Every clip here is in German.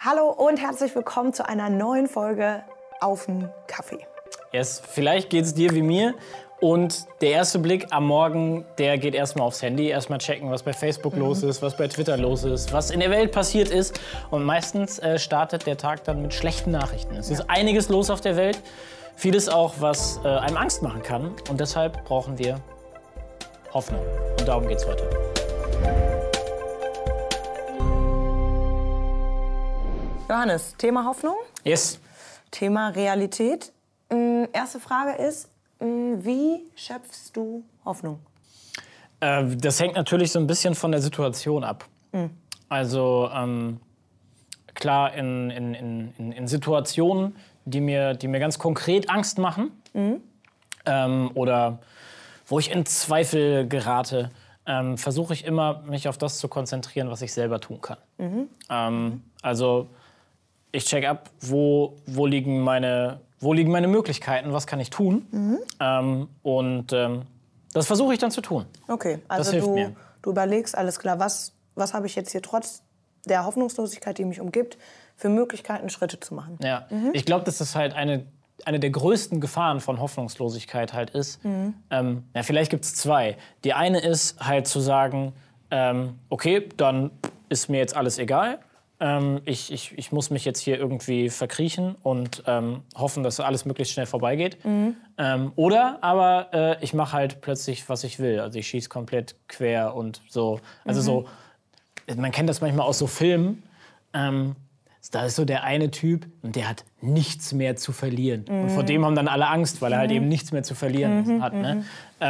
Hallo und herzlich willkommen zu einer neuen Folge auf den Kaffee. Yes, vielleicht geht es dir wie mir und der erste Blick am Morgen, der geht erstmal aufs Handy, erstmal checken, was bei Facebook los ist, was bei Twitter los ist, was in der Welt passiert ist. Und meistens startet der Tag dann mit schlechten Nachrichten. Es ist einiges los auf der Welt, vieles auch, was einem Angst machen kann. Und deshalb brauchen wir Hoffnung. Und darum geht's heute. Johannes, Thema Hoffnung, Yes. Thema Realität. Erste Frage ist, wie schöpfst du Hoffnung? Das hängt natürlich so ein bisschen von der Situation ab. Also klar, in Situationen, die mir ganz konkret Angst machen oder wo ich in Zweifel gerate, versuche ich immer, mich auf das zu konzentrieren, was ich selber tun kann. Also ich check ab, wo liegen meine Möglichkeiten, was kann ich tun. Das versuche ich dann zu tun. Okay, Das also hilft mir. du überlegst, alles klar, was habe ich jetzt hier trotz der Hoffnungslosigkeit, die mich umgibt, für Möglichkeiten, Schritte zu machen. Ja. Ich glaube, dass das halt eine der größten Gefahren von Hoffnungslosigkeit halt ist. Vielleicht gibt es zwei. Die eine ist halt zu sagen, okay, dann ist mir jetzt alles egal. Ich muss mich jetzt hier irgendwie verkriechen und hoffen, dass alles möglichst schnell vorbeigeht. Oder aber ich mache halt plötzlich, was ich will. Also ich schieße komplett quer und so. Also so, man kennt das manchmal aus so Filmen. Da ist so der eine Typ und der hat nichts mehr zu verlieren. Und vor dem haben dann alle Angst, weil er halt eben nichts mehr zu verlieren hat. Ne?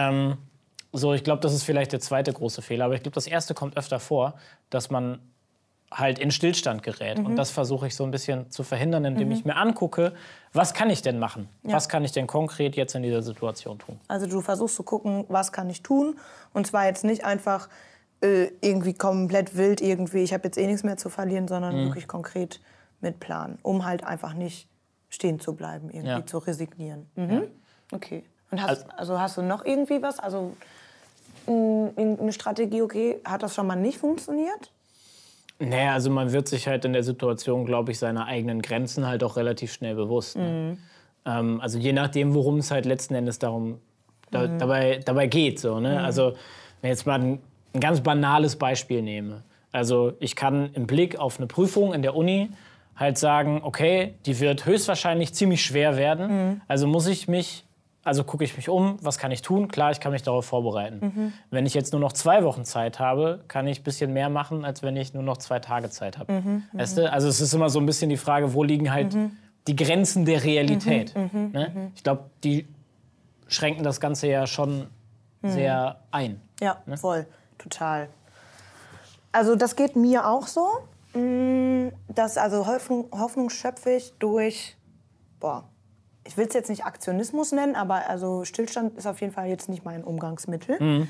Ich glaube, das ist vielleicht der zweite große Fehler. Aber ich glaube, das erste kommt öfter vor, dass man halt in Stillstand gerät. Und das versuche ich so ein bisschen zu verhindern, indem ich mir angucke, was kann ich denn machen? Ja. Was kann ich denn konkret jetzt in dieser Situation tun? Also du versuchst zu gucken, was kann ich tun? Und zwar jetzt nicht einfach irgendwie komplett wild, ich habe jetzt eh nichts mehr zu verlieren, sondern wirklich konkret mit Plan, um halt einfach nicht stehen zu bleiben, zu resignieren. Ja. Okay. Und hast du noch irgendwie was? Also eine Strategie, okay, hat das schon mal nicht funktioniert? Naja, also man wird sich halt in der Situation, glaube ich, seiner eigenen Grenzen halt auch relativ schnell bewusst. Ne? Also je nachdem, worum es halt letzten Endes dabei geht. So, ne? Also wenn ich jetzt mal ein ganz banales Beispiel nehme. Also ich kann im Blick auf eine Prüfung in der Uni halt sagen, okay, die wird höchstwahrscheinlich ziemlich schwer werden. Also gucke ich mich um, was kann ich tun? Klar, ich kann mich darauf vorbereiten. Wenn ich jetzt nur noch 2 Wochen Zeit habe, kann ich ein bisschen mehr machen, als wenn ich nur noch 2 Tage Zeit habe. Weißt du? Also es ist immer so ein bisschen die Frage, wo liegen halt die Grenzen der Realität. Ne? Ich glaube, die schränken das Ganze ja schon sehr ein. Ja, ne? Voll, total. Also das geht mir auch so. Hoffnung schöpfe ich durch, ich will es jetzt nicht Aktionismus nennen, aber also Stillstand ist auf jeden Fall jetzt nicht mein Umgangsmittel.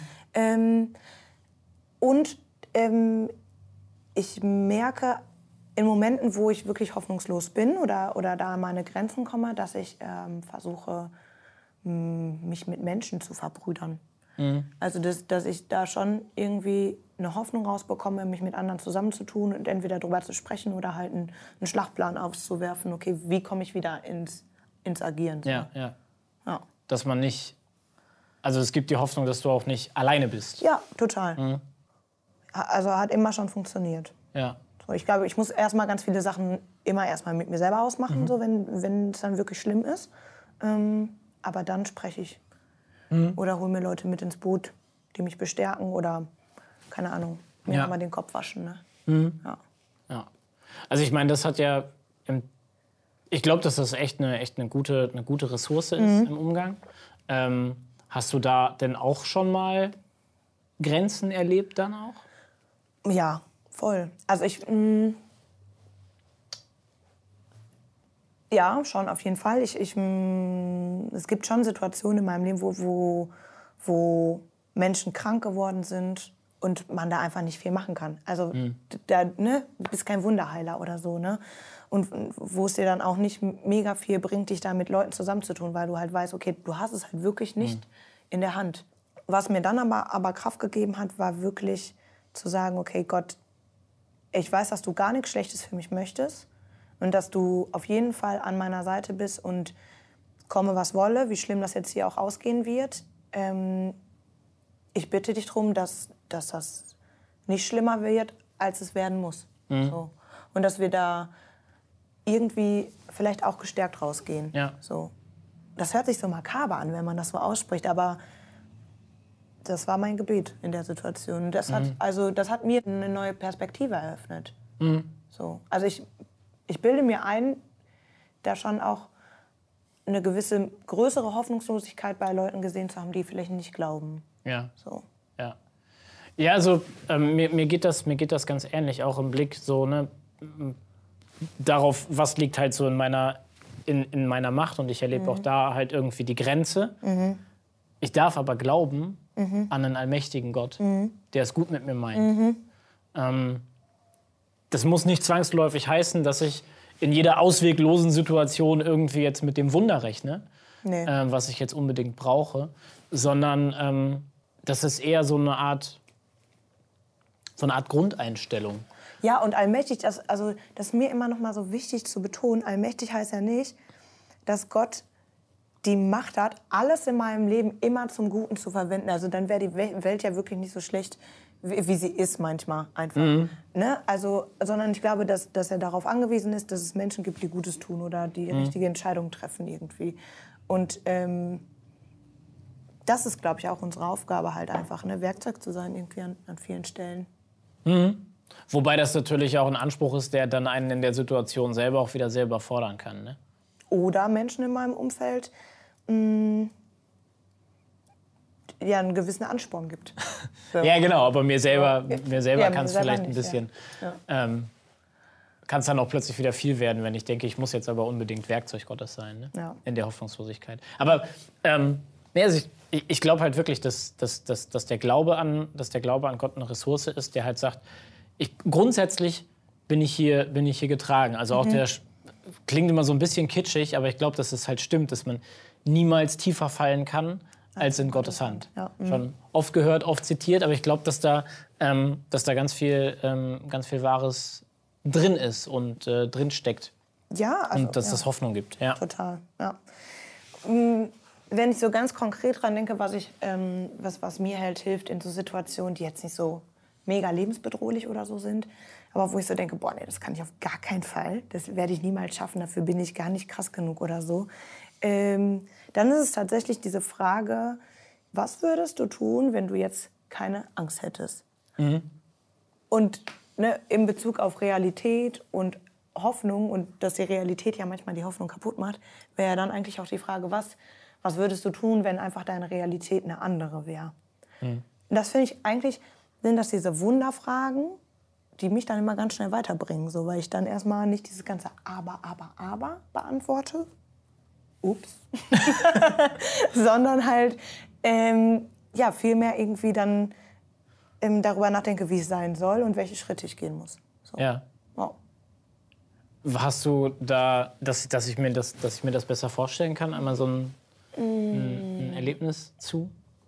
Ich merke in Momenten, wo ich wirklich hoffnungslos bin oder da an meine Grenzen komme, dass ich versuche, mich mit Menschen zu verbrüdern. Also dass ich da schon irgendwie eine Hoffnung rausbekomme, mich mit anderen zusammenzutun und entweder darüber zu sprechen oder halt einen Schlachtplan auszuwerfen. Okay, wie komme ich wieder ins Agieren? So. Ja. Dass man nicht... Also es gibt die Hoffnung, dass du auch nicht alleine bist. Ja, total. Also hat immer schon funktioniert. Ja. So, ich glaube, ich muss erstmal ganz viele Sachen immer erstmal mit mir selber ausmachen, so, wenn es dann wirklich schlimm ist. Aber dann spreche ich. Oder hole mir Leute mit ins Boot, die mich bestärken oder, keine Ahnung, mir mal den Kopf waschen. Ne? Ja. Also ich meine, das hat ja... Ich glaube, dass das echt eine gute Ressource ist im Umgang. Hast du da denn auch schon mal Grenzen erlebt dann auch? Ja, voll. Also ja, schon auf jeden Fall. Es gibt schon Situationen in meinem Leben, wo Menschen krank geworden sind und man da einfach nicht viel machen kann. Also du bist kein Wunderheiler oder so, ne? Und wo es dir dann auch nicht mega viel bringt, dich da mit Leuten zusammenzutun, weil du halt weißt, okay, du hast es halt wirklich nicht in der Hand. Was mir dann aber Kraft gegeben hat, war wirklich zu sagen, okay, Gott, ich weiß, dass du gar nichts Schlechtes für mich möchtest und dass du auf jeden Fall an meiner Seite bist und komme, was wolle, wie schlimm das jetzt hier auch ausgehen wird. Ich bitte dich darum, dass das nicht schlimmer wird, als es werden muss. So. Und dass wir da irgendwie vielleicht auch gestärkt rausgehen. Ja. So. Das hört sich so makaber an, wenn man das so ausspricht, aber das war mein Gebet in der Situation. Das hat mir eine neue Perspektive eröffnet. So. Also ich bilde mir ein, da schon auch eine gewisse größere Hoffnungslosigkeit bei Leuten gesehen zu haben, die vielleicht nicht glauben. Ja. So. Ja. Ja, also mir geht das ganz ähnlich, auch im Blick so, ne, darauf, was liegt halt so in meiner Macht, und ich erlebe auch da halt irgendwie die Grenze. Ich darf aber glauben an einen allmächtigen Gott, der es gut mit mir meint. Das muss nicht zwangsläufig heißen, dass ich in jeder ausweglosen Situation irgendwie jetzt mit dem Wunder rechne, Nee. Was ich jetzt unbedingt brauche, sondern das ist eher so eine Art Grundeinstellung. Ja, und allmächtig, das ist mir immer noch mal so wichtig zu betonen, allmächtig heißt ja nicht, dass Gott die Macht hat, alles in meinem Leben immer zum Guten zu verwenden. Also dann wäre die Welt ja wirklich nicht so schlecht, wie sie ist manchmal einfach. Ne? Also, sondern ich glaube, dass er darauf angewiesen ist, dass es Menschen gibt, die Gutes tun oder die richtige Entscheidung treffen irgendwie. Und das ist, glaube ich, auch unsere Aufgabe halt einfach, ne? Werkzeug zu sein irgendwie an vielen Stellen. Wobei das natürlich auch ein Anspruch ist, der dann einen in der Situation selber auch wieder selber fordern kann. Ne? Oder Menschen in meinem Umfeld einen gewissen Ansporn gibt. So. Ja, genau, aber mir selber kann es vielleicht nicht, ein bisschen... Ja. Kann es dann auch plötzlich wieder viel werden, wenn ich denke, ich muss jetzt aber unbedingt Werkzeug Gottes sein, ne? Ja. In der Hoffnungslosigkeit. Aber also ich glaube halt wirklich, dass der Glaube an Gott eine Ressource ist, der halt sagt, grundsätzlich bin ich hier getragen. Also auch der klingt immer so ein bisschen kitschig, aber ich glaube, dass es halt stimmt, dass man niemals tiefer fallen kann als in Gottes Hand. Ja. Schon oft gehört, oft zitiert, aber ich glaube, dass da ganz viel Wahres drin ist und drin steckt. Ja, also, und dass es Hoffnung gibt. Ja. Total, ja. Wenn ich so ganz konkret dran denke, was mir halt hilft in so Situationen, die jetzt nicht so mega lebensbedrohlich oder so sind, aber wo ich so denke, boah, nee, das kann ich auf gar keinen Fall, das werde ich niemals schaffen, dafür bin ich gar nicht krass genug oder so, dann ist es tatsächlich diese Frage, was würdest du tun, wenn du jetzt keine Angst hättest? Und ne, in Bezug auf Realität und Hoffnung und dass die Realität ja manchmal die Hoffnung kaputt macht, wäre ja dann eigentlich auch die Frage, was würdest du tun, wenn einfach deine Realität eine andere wäre? Und das finde ich eigentlich, sind das diese Wunderfragen, die mich dann immer ganz schnell weiterbringen, so, weil ich dann erstmal nicht dieses ganze Aber beantworte. Ups. Sondern halt viel mehr irgendwie dann darüber nachdenke, wie es sein soll und welche Schritte ich gehen muss. So. Ja. Wow. Hast du da, dass ich mir das besser vorstellen kann, einmal so ein Erlebnis zu?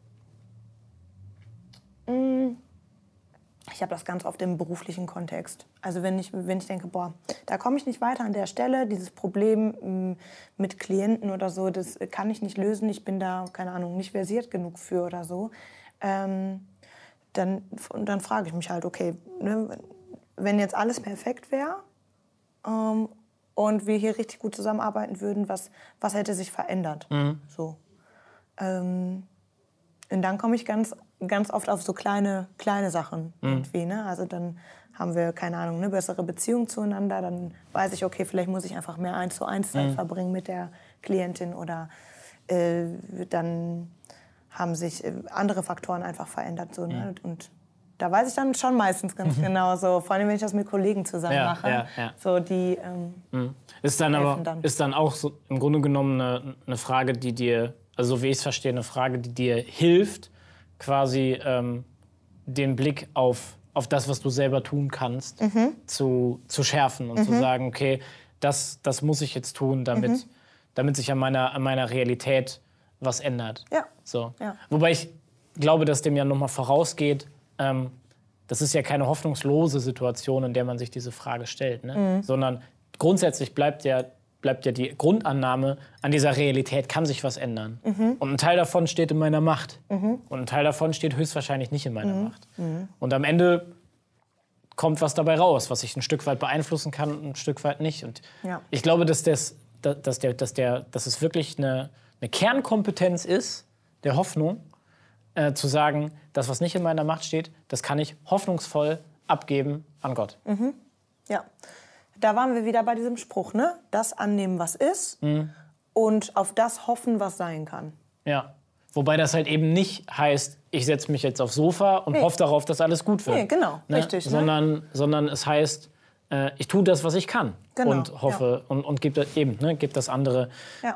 Ich habe das ganz oft im beruflichen Kontext. Also wenn ich denke, boah, da komme ich nicht weiter an der Stelle, dieses Problem mit Klienten oder so, das kann ich nicht lösen, ich bin da, keine Ahnung, nicht versiert genug für oder so, dann frage ich mich halt, okay, ne, wenn jetzt alles perfekt wäre und wir hier richtig gut zusammenarbeiten würden, was hätte sich verändert? So. Und dann komme ich ganz oft auf so kleine Sachen irgendwie, ne? Also dann haben wir, keine Ahnung, eine bessere Beziehung zueinander, dann weiß ich, okay, vielleicht muss ich einfach mehr 1:1 Zeit verbringen mit der Klientin oder dann haben sich andere Faktoren einfach verändert. So, ne? Und da weiß ich dann schon meistens ganz genau, so, vor allem wenn ich das mit Kollegen zusammen mache. Ja. So, die ist dann auch so im Grunde genommen eine Frage, die dir, also so wie ich es verstehe, eine Frage, die dir hilft, quasi den Blick auf das, was du selber tun kannst, zu schärfen und zu sagen, okay, das muss ich jetzt tun, damit sich an meiner Realität was ändert. Ja. So. Ja. Wobei ich glaube, dass dem ja nochmal vorausgeht, das ist ja keine hoffnungslose Situation, in der man sich diese Frage stellt, ne? Sondern grundsätzlich bleibt ja die Grundannahme, an dieser Realität kann sich was ändern. Und ein Teil davon steht in meiner Macht. Und ein Teil davon steht höchstwahrscheinlich nicht in meiner Macht. Und am Ende kommt was dabei raus, was ich ein Stück weit beeinflussen kann und ein Stück weit nicht. Und ich glaube, dass es wirklich eine Kernkompetenz ist, der Hoffnung, zu sagen, das, was nicht in meiner Macht steht, das kann ich hoffnungsvoll abgeben an Gott. Ja, da waren wir wieder bei diesem Spruch, ne? Das annehmen, was ist und auf das hoffen, was sein kann. Ja, wobei das halt eben nicht heißt, ich setze mich jetzt aufs Sofa und hoffe darauf, dass alles gut wird. Nee, genau, ne? richtig. Ne? Sondern es heißt, ich tue das, was ich kann und hoffe und gebe das andere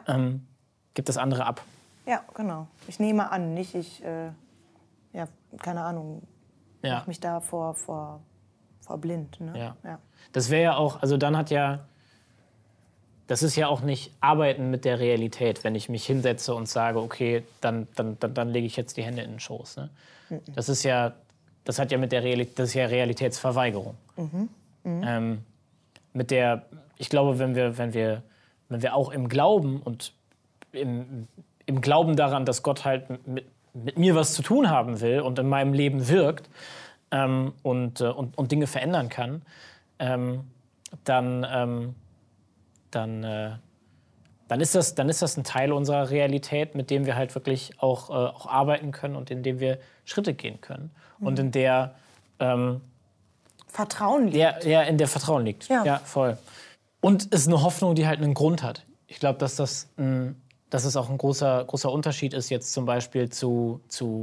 ab. Ja, genau. Ich nehme an, nicht ich, keine Ahnung, mach mich da vor blind. Ne? Ja. Das wäre ja auch, also das ist ja auch nicht Arbeiten mit der Realität, wenn ich mich hinsetze und sage, okay, dann lege ich jetzt die Hände in den Schoß. Ne? Das ist ja Realitätsverweigerung. Ich glaube, wenn wir auch im Glauben und im Glauben daran, dass Gott halt mit mir was zu tun haben will und in meinem Leben wirkt und Dinge verändern kann, dann ist das ein Teil unserer Realität, mit dem wir halt wirklich auch arbeiten können und in dem wir Schritte gehen können. Und in der Vertrauen liegt. Ja, in der Vertrauen liegt. Ja, voll. Und es ist eine Hoffnung, die halt einen Grund hat. Ich glaube, dass es auch ein großer Unterschied ist jetzt zum Beispiel zu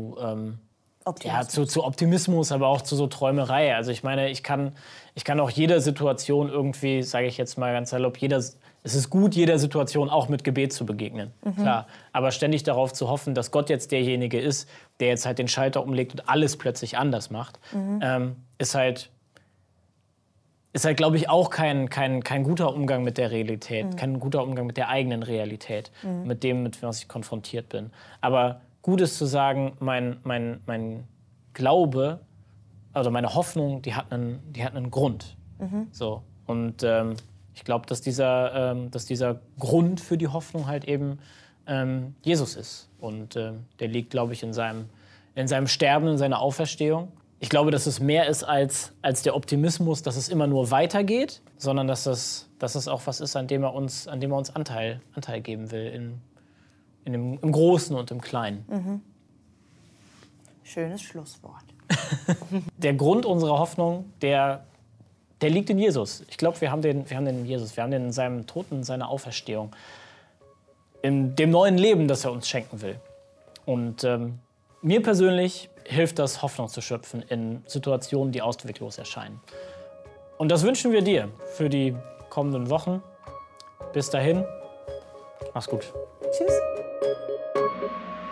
Optimismus, aber auch zu so Träumerei. Also ich meine, ich kann auch jeder Situation irgendwie, sage ich jetzt mal ganz salopp, es ist gut, jeder Situation auch mit Gebet zu begegnen. Klar. Aber ständig darauf zu hoffen, dass Gott jetzt derjenige ist, der jetzt halt den Schalter umlegt und alles plötzlich anders macht, ist halt, glaube ich, auch kein guter Umgang mit der Realität, kein guter Umgang mit der eigenen Realität, mit dem, mit was ich konfrontiert bin. Aber gut ist zu sagen, mein Glaube, also meine Hoffnung, die hat einen Grund. So. Und ich glaube, dass dieser Grund für die Hoffnung halt eben Jesus ist. Und der liegt, glaube ich, in seinem Sterben, in seiner Auferstehung. Ich glaube, dass es mehr ist als der Optimismus, dass es immer nur weitergeht, sondern dass es auch was ist, an dem er uns Anteil geben will, im Großen und im Kleinen. Schönes Schlusswort. Der Grund unserer Hoffnung, der liegt in Jesus. Ich glaube, wir haben den in Jesus. Wir haben den in seinem Tod und in seiner Auferstehung. In dem neuen Leben, das er uns schenken will. Und mir persönlich hilft das, Hoffnung zu schöpfen in Situationen, die ausweglos erscheinen. Und das wünschen wir dir für die kommenden Wochen. Bis dahin, mach's gut. Tschüss.